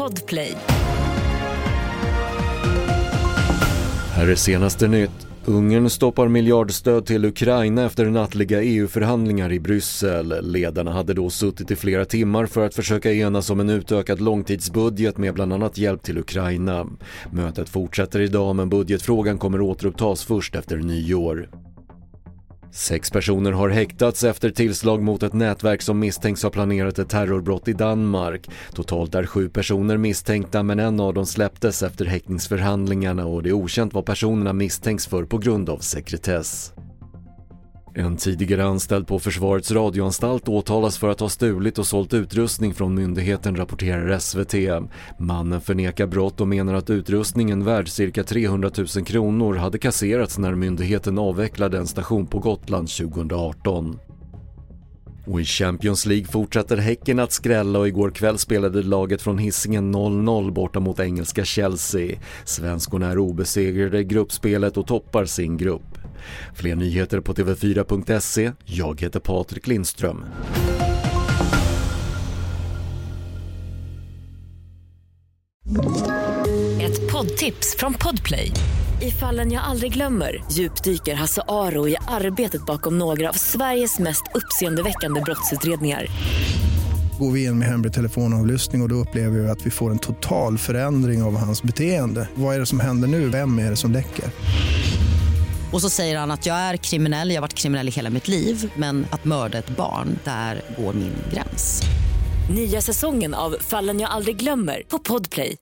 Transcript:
Podplay. Här är senaste nytt. Ungern stoppar miljardstöd till Ukraina efter nattliga EU-förhandlingar i Bryssel. Ledarna hade då suttit i flera timmar för att försöka enas om en utökad långtidsbudget med bland annat hjälp till Ukraina. Mötet fortsätter idag, men budgetfrågan kommer återupptas först efter nyår. 6 personer har häktats efter tillslag mot ett nätverk som misstänks ha planerat ett terrorbrott i Danmark. Totalt är 7 personer misstänkta, men en av dem släpptes efter häktningsförhandlingarna och det är okänt vad personerna misstänks för på grund av sekretess. En tidigare anställd på Försvarets radioanstalt åtalas för att ha stulit och sålt utrustning från myndigheten, rapporterar SVT. Mannen förnekar brott och menar att utrustningen värd cirka 300 000 kronor hade kasserats när myndigheten avvecklade en station på Gotland 2018. Och i Champions League fortsätter Häcken att skrälla och igår kväll spelade laget från Hisingen 0-0 borta mot engelska Chelsea. Svenskorna är obesegrade i gruppspelet och toppar sin grupp. Fler nyheter på tv4.se. Jag heter Patrik Lindström. Ett poddtips från Podplay. I Fallen jag aldrig glömmer djupdyker Hasse Aro i arbetet bakom några av Sveriges mest uppseendeväckande brottsutredningar. Går vi in med hemlig telefonavlyssning och då upplever vi att vi får en total förändring av hans beteende. Vad är det som händer nu? Vem är det som läcker? Och så säger han att jag är kriminell, jag har varit kriminell i hela mitt liv. Men att mörda ett barn, där går min gräns. Nya säsongen av Fallen jag aldrig glömmer på Podplay.